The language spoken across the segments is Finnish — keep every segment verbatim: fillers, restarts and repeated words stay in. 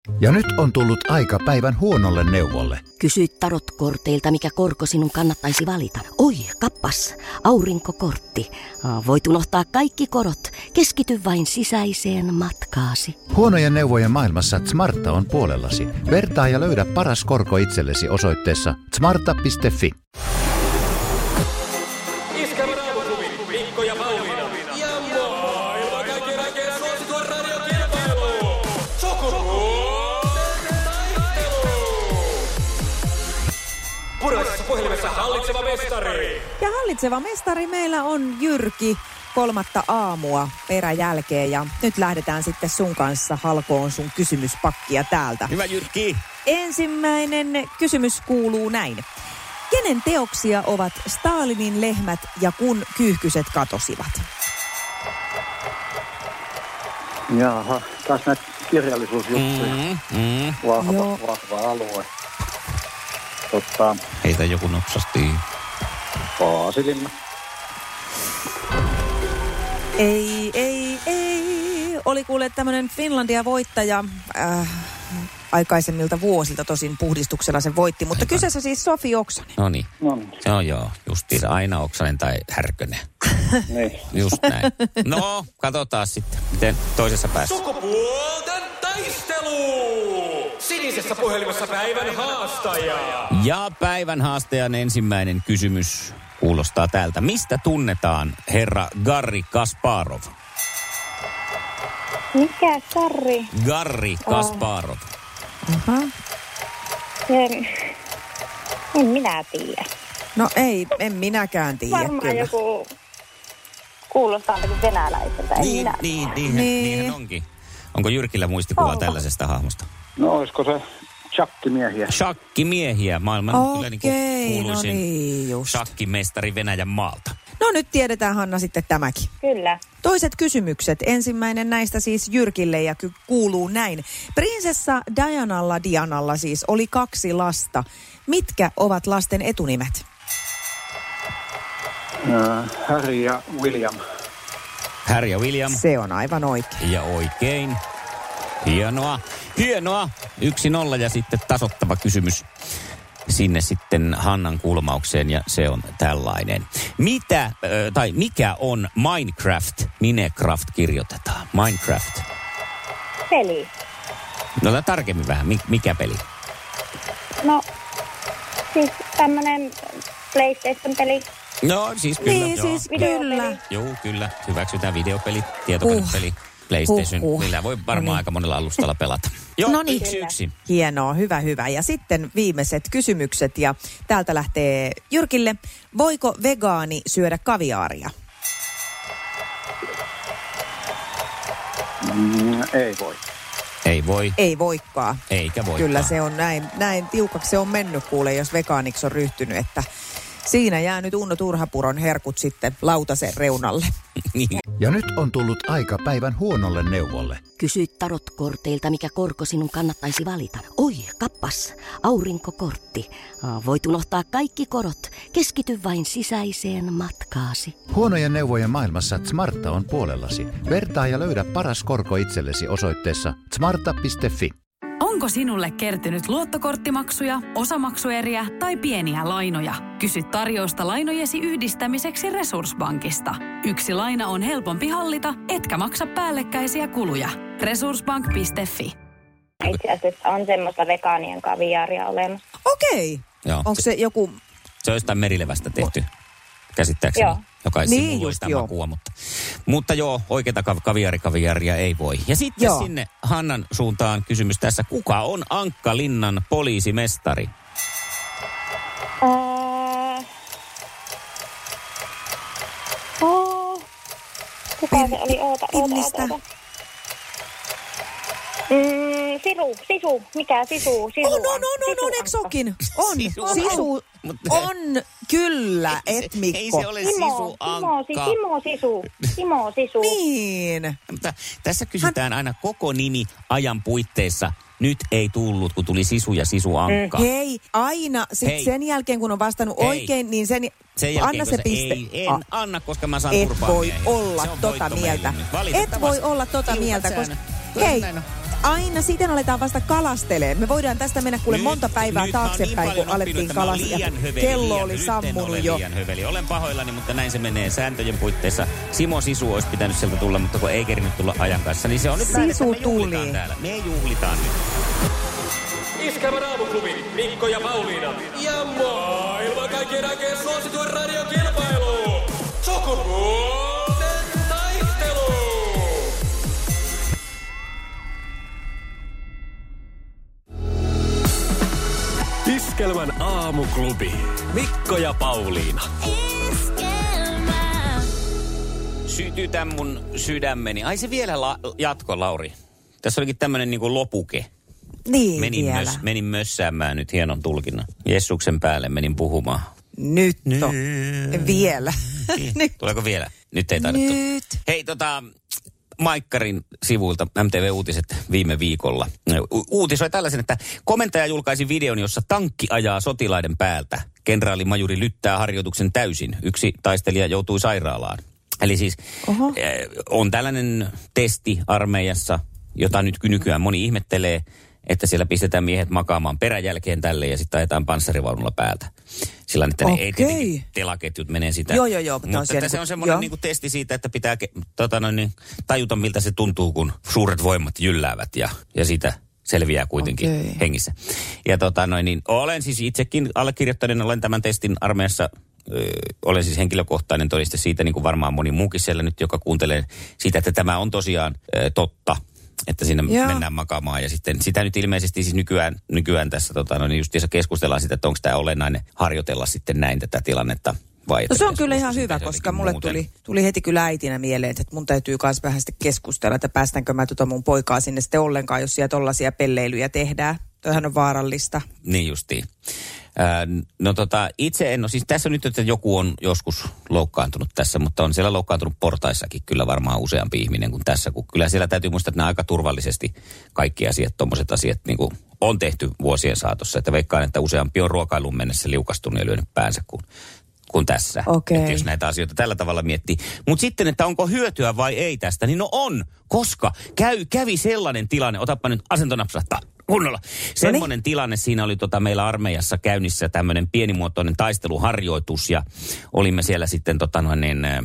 Ja nyt on tullut aika päivän huonolle neuvolle. Kysy tarotkorteilta, mikä korko sinun kannattaisi valita. Oi, kappas, aurinkokortti. Voit unohtaa kaikki korot. Keskity vain sisäiseen matkaasi. Huonojen neuvojen maailmassa Smarta on puolellasi. Vertaa ja löydä paras korko itsellesi osoitteessa smarta piste fi. Iskävä raamuklubi, Mikko ja Pauliina. Ja maailman kaikkien aikeen suosituen radiokilpailu. Sukupuolten taistelu. Puraisessa puhelimessa hallitseva mestari. Ja hallitseva mestari meillä on Jyrki kolmatta aamua peräjälkeen. Ja nyt lähdetään sitten sun kanssa halkoon sun kysymyspakkia täältä. Hyvä Jyrki. Ensimmäinen kysymys kuuluu näin. Kenen teoksia ovat Stalinin lehmät ja kun kyyhkyset katosivat? Jaha, taas näitä kirjallisuusjuttuja. Mm, mm. Vahva, vahva alue. Totta, Heitä joku nopsasti. Paasilinna. Ei, ei, ei. Oli kuule tämmöinen Finlandia-voittaja äh, aikaisemmilta vuosilta, tosin puhdistuksella se voitti. Mutta Aivan. kyseessä siis Sofi Oksanen. No niin. No niin. Joo, joo. Justiinsa aina Oksanen tai Härkönen. Niin. Just näin. No, katsotaan sitten, miten toisessa päässä. Sukupuolten taistelu. Sinisessä puhelimessa päivän haastaja. Ja päivän haastajan ensimmäinen kysymys kuulostaa täältä. Mistä tunnetaan herra Garri Kasparov? Mikä Karri? Garri Kasparov. Aha. En, en minä tiedä. No ei, en minäkään tiedä. Varmaan kyllä. joku kuulostaa joku venäläiseltä. En Niin, minä niin, tiedä. niin, Niin. niinhän onkin. Onko Jyrkillä muistikuva Onko? tällaisesta hahmosta? No olisiko se shakkimiehiä? Shakkimiehiä, maailman kyllä niin kuin Okei, no kuuluisin niin just. shakkimestari Venäjän maalta. No nyt tiedetään, Hanna, sitten tämäkin. Kyllä. Toiset kysymykset. Ensimmäinen näistä siis Jyrkille ja ky- kuuluu näin. Prinsessa Dianalla, Dianalla siis, oli kaksi lasta. Mitkä ovat lasten etunimet? Äh, Harry ja William. Harry ja William. Se on aivan oikein. Ja oikein. Hienoa. Hienoa. Yksi nolla ja sitten tasoittava kysymys sinne sitten Hannan kulmaukseen ja se on tällainen. Mitä, äh, tai mikä on Minecraft? Minecraft kirjoitetaan. Minecraft. Peli. No tarkemmin vähän. Mi- mikä peli? No, siis tämmönen PlayStation-peli. No siis kyllä. Niin, joo. siis Videopeli. kyllä. Joo, kyllä. Hyväksytään videopeli, tietokonepeli, PlayStation. Huh, huh. Millä voi varmaan No niin. aika monella alustalla pelata. Joo, No niin. yksi yksi. Hienoa, hyvä, hyvä. Ja sitten viimeiset kysymykset ja täältä lähtee Jyrkille. Voiko vegaani syödä kaviaaria? Mm, ei voi. Ei voi, Ei voikaan. eikä voi. Kyllä se on näin, näin tiukaksi se on mennyt kuule, jos vegaaniksi on ryhtynyt, että siinä jää nyt Unno Turhapuron herkut sitten lautasen reunalle. Ja nyt on tullut aika päivän huonolle neuvolle. Kysy tarotkorteilta, mikä korko sinun kannattaisi valita. Oi, kappas, aurinkokortti. Voit unohtaa kaikki korot. Keskity vain sisäiseen matkaasi. Huonojen neuvojen maailmassa Smarta on puolellasi. Vertaa ja löydä paras korko itsellesi osoitteessa smarta piste fi. Onko sinulle kertynyt luottokorttimaksuja, osamaksueriä tai pieniä lainoja? Kysy tarjousta lainojesi yhdistämiseksi Resurssbankista. Yksi laina on helpompi hallita, etkä maksa päällekkäisiä kuluja. Resurssbank piste fi. Itse asiassa on semmoista vegaanien kaviaaria olemassa. Okei. Joo. Onko se joku... Se on jostain merilevästä tehty, käsittääkseni. Joo. Joka Niin, niin, just sitä joo. makua, mutta, mutta joo, oikeita kav- kaviaarikaviaaria ei voi. Ja sitten Joo. sinne Hannan suuntaan kysymys tässä. Kuka on Ankkalinnan poliisimestari? Ää... Oh. Kuka se oli? Oota, oota, Pillistä. oota, oota. Mm, sisu, sisu. Mikä sisu? Sisu On, on, on, on, on, Sisu eikö sokin? On, Sisu. sisu. Mutta- On, kyllä, et Ei Mikko. se ole Timo, sisu Timo, si- Ankka. Timo Sisu. Timo Sisu. Niin. Mutta tässä kysytään aina koko nimi ajan puitteissa. Nyt ei tullut, kun tuli Sisu ja Sisu Ankka. Hei, aina sit Hei. sen jälkeen, kun on vastannut Hei. oikein, niin sen, Sen jälkeen, anna kun se sä- piste. Ei, en A- anna, koska mä saan Et turpaa voi miehille. olla Se on tota voitto mieltä. meille nyt. Et Valitettavasti. voi olla tota Tiukat mieltä, koska... säännöt. Kyllä Hei, näin on. aina siten aletaan vasta kalastelemaan. Me voidaan tästä mennä kuule nyt, monta päivää taaksepäin, niin kun alettiin kalastaa. Kello liian, oli nyt sammunut jo. Liian höveli. Olen pahoillani, mutta näin se menee sääntöjen puitteissa. Simo Sisu olisi pitänyt sieltä tulla, mutta kun ei kerinyt tulla ajan kanssa, niin se on nyt Sisu näin, että me tuli. juhlitaan täällä. Me juhlitaan nyt. Iskävän aamuklubi, Mikko ja Pauliina. Ja maailman kaikkien aikeen suosituen radiokilpailu. Sukupuolten taistelu. Iskelmän aamuklubi, Mikko ja Pauliina. Sytytä mun sydämeni. Ai se vielä la- jatko, Lauri. Tässä olikin tämmönen niinku lopuke. Niin Menin, vielä. mös, menin mössäämään nyt hienon tulkinnan. Jessuksen päälle menin puhumaan. Nyt on. Vielä. Nyt. Tuleeko vielä? Nyt ei taidettu. Nyt. Hei tota, Maikkarin sivuilta M T V-uutiset viime viikolla U- uutisoi tällaisen, että komentaja julkaisi videon, jossa tankki ajaa sotilaiden päältä. Kenraalimajuri lyttää harjoituksen täysin. Yksi taistelija joutui sairaalaan. Eli siis Oho. äh, on tällainen testi armeijassa, jota nyt nykyään moni ihmettelee, että siellä pistetään miehet makaamaan peräjälkeen tälle ja sitten ajetaan panssarivaunulla päältä. Sillä että ne ei tietenkin telaketjut menee sitä. Joo, joo, joo. Mutta että se on semmoinen niinku testi siitä, että pitää tota noin, niin, tajuta, miltä se tuntuu, kun suuret voimat jylläävät ja, ja sitä selviää kuitenkin okay. hengissä. Ja tota noin, niin olen siis itsekin allekirjoittaneen, olen tämän testin armeijassa, ö, olen siis henkilökohtainen todiste siitä, niin kuin varmaan moni muukin siellä nyt, joka kuuntelee siitä, että tämä on tosiaan ö, totta. Että siinä Joo. mennään makaamaan ja sitten sitä nyt ilmeisesti siis nykyään, nykyään tässä tota, no niin justiinsa keskustellaan sitä, että onko tämä olennainen harjoitella sitten näin tätä tilannetta vai... No se on kyllä ihan hyvä, koska mulle tuli, tuli heti kyllä äitinä mieleen, että mun täytyy myös vähän sitten keskustella, että päästänkö mä tuota mun poikaa sinne sitten ollenkaan, jos siellä tollaisia pelleilyjä tehdään. Toihan on vaarallista. Niin justiin. Äh, no tota, itse en ole, siis tässä on nyt, että joku on joskus loukkaantunut tässä, mutta on siellä loukkaantunut portaissakin kyllä varmaan useampi ihminen kuin tässä, kun kyllä siellä täytyy muistaa, että nämä aika turvallisesti kaikki asiat, tommoset asiat niin kuin on tehty vuosien saatossa, että veikkaan, että useampi on ruokailuun mennessä liukastunut ja lyönyt päänsä kuin, kuin tässä, okay. että jos näitä asioita tällä tavalla miettii. Mutta sitten, että onko hyötyä vai ei tästä, niin no on, koska käy, kävi sellainen tilanne, otappa nyt asento napsahtaa. Kunnolla. Semmoinen no niin. tilanne, siinä oli tota meillä armeijassa käynnissä tämmöinen pienimuotoinen taisteluharjoitus ja olimme siellä sitten tota noin niin, äh,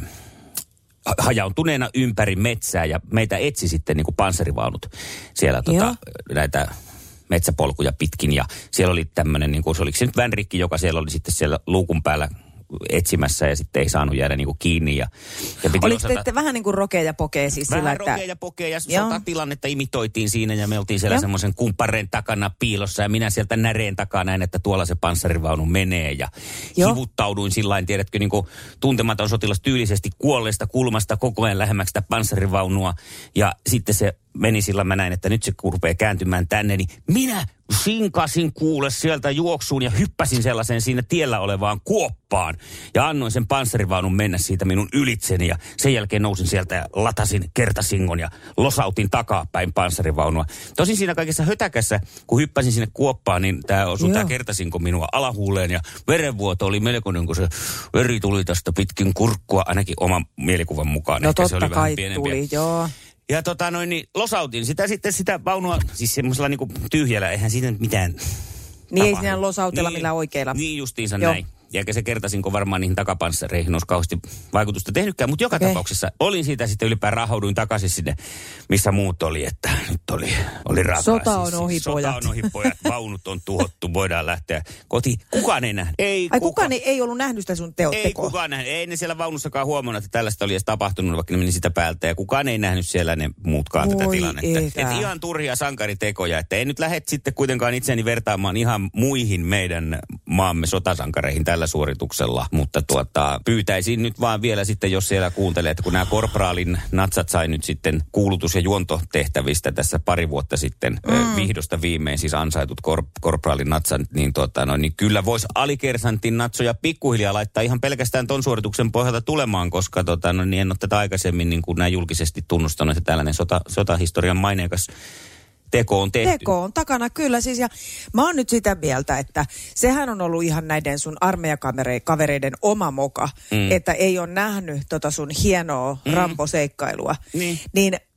hajautuneena ympäri metsää ja meitä etsi sitten niin kuin panssarivaunut siellä tota, näitä metsäpolkuja pitkin ja siellä oli tämmöinen, niin kuin, oliko se nyt vänrikki, joka siellä oli sitten siellä luukun päällä etsimässä ja sitten ei saanut jäädä niinku kiinni. Ja, ja oliko osata... te vähän niin kuin rokea ja pokea siis vähän sillä, että... rokea ja pokea ja sotatilannetta imitoitiin siinä ja me oltiin siellä semmoisen kumppareen takana piilossa ja minä sieltä näreen takaa näin, että tuolla se panssarivaunu menee ja Joo. hivuttauduin sillain, tiedätkö, niin kuin tuntematon sotilas tyylisesti kuolleesta kulmasta koko ajan lähemmäksi sitä panssarivaunua ja sitten se meni sillä mä näin, että nyt se rupeaa kääntymään tänne, niin minä sinkasin kuule sieltä juoksuun ja hyppäsin sellaiseen siinä tiellä olevaan kuoppaan ja annoin sen panssarivaunun mennä siitä minun ylitseni ja sen jälkeen nousin sieltä ja latasin kertasingon ja losautin takapäin panssarivaunua. Tosin siinä kaikessa hötäkässä, kun hyppäsin sinne kuoppaan, niin tämä osui tämä kertasinko minua alahuuleen ja verenvuoto oli melkoinen, kun se veri tuli tästä pitkin kurkkua, ainakin oman mielikuvan mukaan. No Ehkä totta se oli kai vähän pienempiä. tuli, joo. Ja tota noin, niin losautin sitä sitten sitä vaunua, siis semmoisella niinku tyhjällä, eihän siitä nyt mitään Niin tapahdu. ei siinä losautella niin, millään oikeilla. Niin justiinsa Joo. näin. Ja eikä se kertaisinko varmaan niihin takapanssareihin olisi kauheasti vaikutusta tehnytkään. Mutta joka okay. tapauksessa olin siitä sitten ylipäätään rahauduin takaisin sinne, missä muut oli, että nyt oli, oli rakaa. Sota on siis, ohi, pojat. Sota on ohi, pojat. Vaunut on tuhottu, voidaan lähteä kotiin. Kukaan ei nähnyt. Ei, Ai kukaan ei, ei ollut nähnyt sitä sun teottekoa? Ei kukaan nähnyt. Ei ne siellä vaunussakaan huomannut, että tällaista oli edes tapahtunut, vaikka ne meni sitä päältä. Ja kukaan ei nähnyt siellä ne muutkaan Voi tätä tilannetta. eikä. Et ihan turhia sankaritekoja. Että ei nyt lähde sitten kuitenkaan itseäni vertaamaan ihan muihin meidän maamme sotasankareihin tällä suorituksella. Mutta tuota, pyytäisin nyt vaan vielä sitten, jos siellä kuuntelee, että kun nämä korpraalin natsat sai nyt sitten kuulutus- ja juontotehtävistä tässä pari vuotta sitten mm. vihdosta viimein, siis ansaitut kor, korpraalin natsat, niin, tuota, no, niin kyllä voisi alikersantin natsoja pikkuhiljaa laittaa ihan pelkästään ton suorituksen pohjalta tulemaan, koska tota, no, niin en ole tätä aikaisemmin niin kuin näin julkisesti tunnustanut, että tällainen sota, sotahistorian maineikas teko on tehty. Teko on takana, kyllä siis. Ja mä oon nyt sitä mieltä, että sehän on ollut ihan näiden sun armeijakavereiden oma moka, mm. että ei ole nähnyt tota sun hienoa mm. ramposeikkailua. Niin. Niin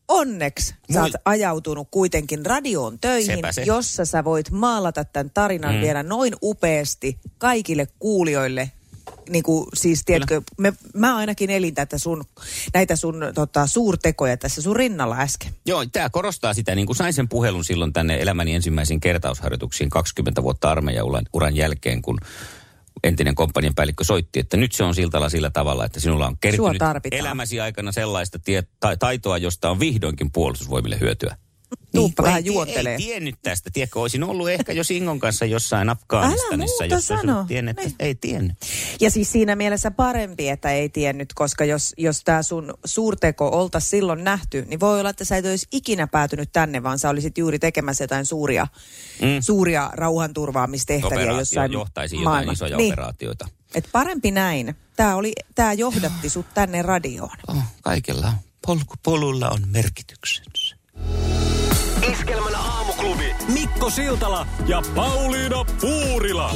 onneksi Mui- sä oot ajautunut kuitenkin radioon töihin, Se. jossa sä voit maalata tämän tarinan mm. vielä noin upeasti kaikille kuulijoille. Niin kuin, siis tiedätkö, me, mä ainakin elin tätä sun, näitä sun tota, suurtekoja tässä sun rinnalla äsken. Joo, tämä korostaa sitä, niin kuin sain sen puhelun silloin tänne elämäni ensimmäisiin kertausharjoituksiin kaksikymmentä vuotta armeijan uran jälkeen, kun entinen komppanian päällikkö soitti, että nyt se on siltalla sillä tavalla, että sinulla on kertynyt elämäsi aikana sellaista tie, ta, taitoa, josta on vihdoinkin puolustusvoimille hyötyä. Tuuppa niin, vähän ei, juontelee. Ei tiennyt tästä. Tiedätkö, olisin ollut ehkä jo Singon kanssa jossain Afganistanissa, Älä jos muuta olisi tiennyt, niin. että ei tiennyt. Ja siis siinä mielessä parempi, että ei tiennyt, koska jos, jos tämä sun suurteko oltaisiin silloin nähty, niin voi olla, että sä et olisi ikinä päätynyt tänne, vaan sä olisit juuri tekemässä jotain suuria, mm. suuria rauhanturvaamistehtäviä Operaatio jossain johtaisi jotain maailman. isoja niin. operaatioita. Et parempi näin. Tämä, oli, tämä johdatti sut tänne radioon. Oh, kaikella polku, polulla on merkityksensä. Iskelmän aamuklubi Mikko Siltala ja Pauliina Puurila.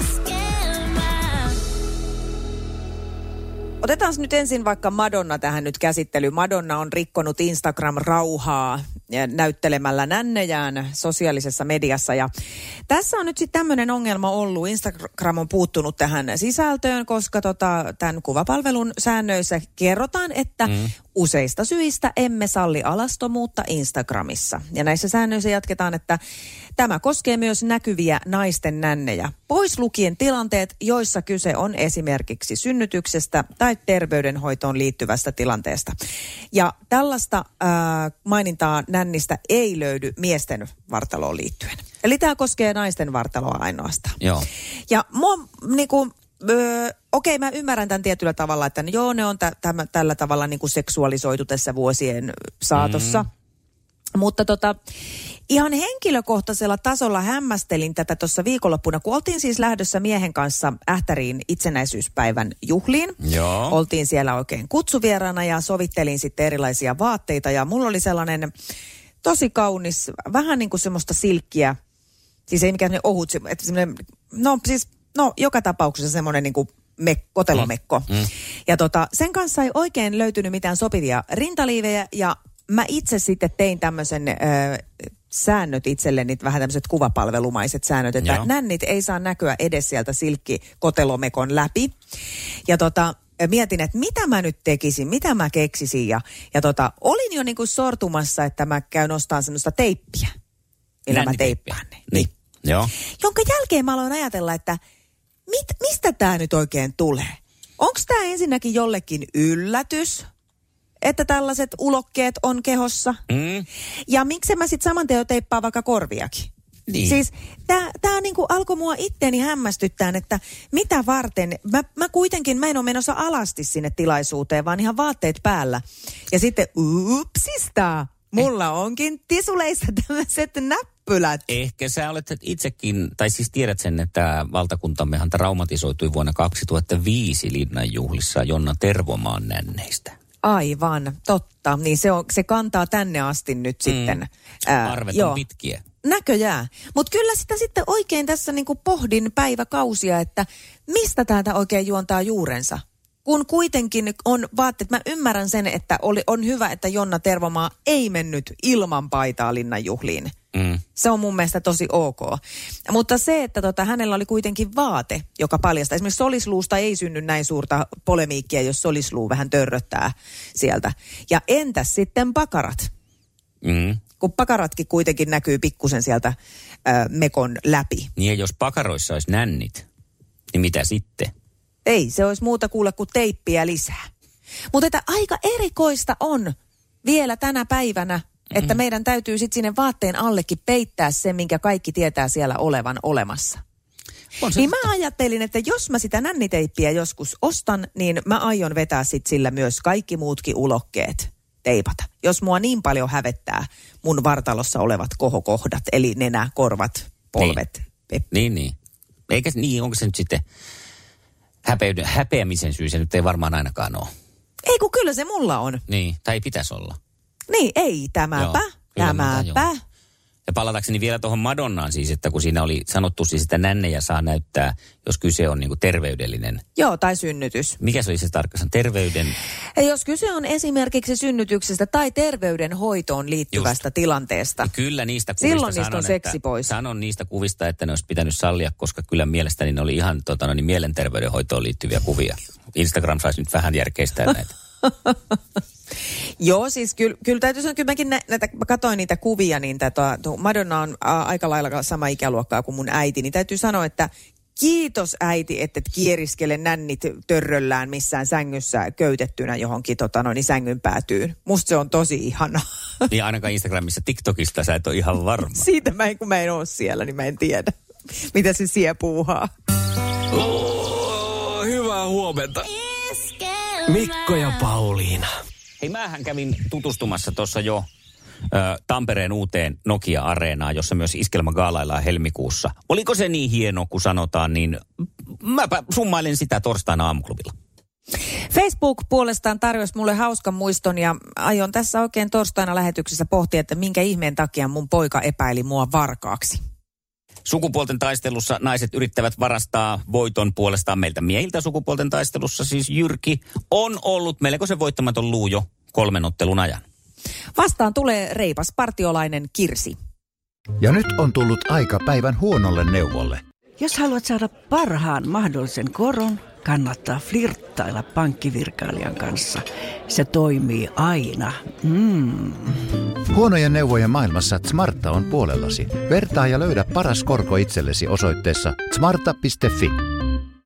Otetaan nyt ensin vaikka Madonna tähän nyt käsittelyyn. Madonna on rikkonut Instagram-rauhaa näyttelemällä nännejään sosiaalisessa mediassa. Ja tässä on nyt sitten tämmöinen ongelma ollut. Instagram on puuttunut tähän sisältöön, koska tota, tämän kuvapalvelun säännöissä kerrotaan, että mm. useista syistä emme salli alastomuutta Instagramissa. Ja näissä säännöissä jatketaan, että tämä koskee myös näkyviä naisten nännejä. Pois lukien tilanteet, joissa kyse on esimerkiksi synnytyksestä tai terveydenhoitoon liittyvästä tilanteesta. Ja tällaista ää, mainintaa nännistä ei löydy miesten vartaloon liittyen. Eli tämä koskee naisten vartaloa ainoastaan. Joo. Ja mua niinku... Öö, okei, mä ymmärrän tämän tietyllä tavalla, että joo, ne on tä- täm- tällä tavalla niin kuin seksuaalisoitu tässä vuosien saatossa. Mm. Mutta tota, ihan henkilökohtaisella tasolla hämmästelin tätä tuossa viikonloppuna, kun oltiin siis lähdössä miehen kanssa Ähtäriin itsenäisyyspäivän juhliin. Joo. Oltiin siellä oikein kutsuvieraana ja sovittelin sitten erilaisia vaatteita ja mulla oli sellainen tosi kaunis, vähän niin kuin semmoista silkkiä, siis ei mikään ohut, että semmoinen, no siis... No, joka tapauksessa semmoinen niin kuin me, kotelomekko. Mm. Mm. Ja tota, sen kanssa ei oikein löytynyt mitään sopivia rintaliivejä. Ja mä itse sitten tein tämmöisen ö, säännöt itselleni, vähän tämmöiset kuvapalvelumaiset säännöt, että Joo. nännit ei saa näkyä edes sieltä silkkikotelomekon läpi. Ja tota... Mietin, että mitä mä nyt tekisin, mitä mä keksisin. Ja, ja tota, olin jo niin kuin sortumassa, että mä käyn nostamaan semmoista teippiä, millä mä teippaan ne. Niin. Joo. Jonka jälkeen mä aloin ajatella, että mit, mistä tämä nyt oikein tulee? Onko tämä ensinnäkin jollekin yllätys, että tällaiset ulokkeet on kehossa? Mm. Ja miksi mä sitten saman teon teippaan vaikka korviakin? Niin. Siis tämä niinku alkoi mua itteeni hämmästyttää, että mitä varten, mä, mä kuitenkin, mä en ole menossa alasti sinne tilaisuuteen, vaan ihan vaatteet päällä. Ja sitten upsista, mulla eh. onkin tisuleissa tämmöiset näppylät. Ehkä sä olet itsekin, tai siis tiedät sen, että valtakuntammehan traumatisoitui vuonna kaksituhattaviisi Linnanjuhlissa Jonna Tervomaan nänneistä. Aivan, totta. Niin se, on, se kantaa tänne asti nyt mm. sitten. Ää, Arvet joo. on pitkiä. Näköjään. Mutta kyllä sitä sitten oikein tässä niinku pohdin päiväkausia, että mistä täältä oikein juontaa juurensa. Kun kuitenkin on vaatteet, mä ymmärrän sen, että oli, on hyvä, että Jonna Tervomaa ei mennyt ilman paitaa Linnanjuhliin. Mm. Se on mun mielestä tosi ok. Mutta se, että tota, hänellä oli kuitenkin vaate, joka paljastaa. Esimerkiksi solisluusta ei synny näin suurta polemiikkia, jos solisluu vähän törröttää sieltä. Ja entäs sitten pakarat? Mm. Kun pakaratkin kuitenkin näkyy pikkusen sieltä äh, mekon läpi. Niin ja jos pakaroissa olisi nännit, niin mitä sitten? Ei, se olisi muuta kuule kuin teippiä lisää. Mutta että aika erikoista on vielä tänä päivänä, että mm. meidän täytyy sitten sinne vaatteen allekin peittää se, minkä kaikki tietää siellä olevan olemassa. Niin mä ajattelin, että jos mä sitä nänniteippiä joskus ostan, niin mä aion vetää sit sillä myös kaikki muutkin ulokkeet teipata. Jos mua niin paljon hävettää mun vartalossa olevat kohokohdat, eli nenä, korvat, polvet. Niin, niin. niin. Eikä niin, onko se nyt sitten häpeyden, häpeämisen syy, se nyt ei varmaan ainakaan ole. Ei, kun kyllä se mulla on. Niin, tai ei pitäisi olla. Niin, ei tämäpä, Joo, tämäpä. Ja palatakseni vielä tuohon Madonnaan siis, että kun siinä oli sanottu siis, että nännejä saa näyttää, jos kyse on niinku terveydellinen. Joo, tai synnytys. Mikä se oli se tarkkaan? Terveyden... Ja jos kyse on esimerkiksi synnytyksestä tai terveydenhoitoon liittyvästä Just. tilanteesta. Ja kyllä niistä kuvista silloin niistä sanon, on seksi että, pois. Sanon niistä kuvista, että ne olisi pitänyt sallia, koska kyllä mielestäni ne oli ihan tota, no, niin mielenterveydenhoitoon liittyviä kuvia. Instagram saisi nyt vähän järkeistää näitä. Joo, siis kyllä, kyllä täytyy sanoa, kyllä mäkin nä, näitä, mä katsoin niitä kuvia, niin tätä, Madonna on a, aika lailla sama ikäluokkaa kuin mun äiti, niin täytyy sanoa, että kiitos äiti, että et kieriskele nännit törröllään missään sängyssä köytettynä johonkin tota, noin, sängyn päätyyn. Musta se on tosi ihana. Niin ainakaan Instagramissa, TikTokista sä et ole ihan varma. Siitä mä en, kun mä en ole siellä, niin mä en tiedä, mitä se siellä puuhaa. Oh, hyvää huomenta. Mikko ja Pauliina. Hei, mähän kävin tutustumassa tuossa jo ö, Tampereen uuteen Nokia-areenaan, jossa myös iskelmä gaalaillaan helmikuussa. Oliko se niin hieno, kun sanotaan, niin mäpä summailin sitä torstaina aamuklubilla. Facebook puolestaan tarjosi mulle hauskan muiston ja aion tässä oikein torstaina lähetyksessä pohtia, että minkä ihmeen takia mun poika epäili mua varkaaksi. Sukupuolten taistelussa naiset yrittävät varastaa voiton puolestaan meiltä miehiltä. Sukupuolten taistelussa siis Jyrki on ollut melkoisen voittamaton luu jo kolmen ottelun ajan. Vastaan tulee reipas partiolainen Kirsi. Ja nyt on tullut aika päivän huonolle neuvolle. Jos haluat saada parhaan mahdollisen koron, kannattaa flirttailla pankkivirkailijan kanssa. Se toimii aina. Mm. Huonojen neuvojen maailmassa Smarta on puolellasi. Vertaa ja löydä paras korko itsellesi osoitteessa smarta piste fi.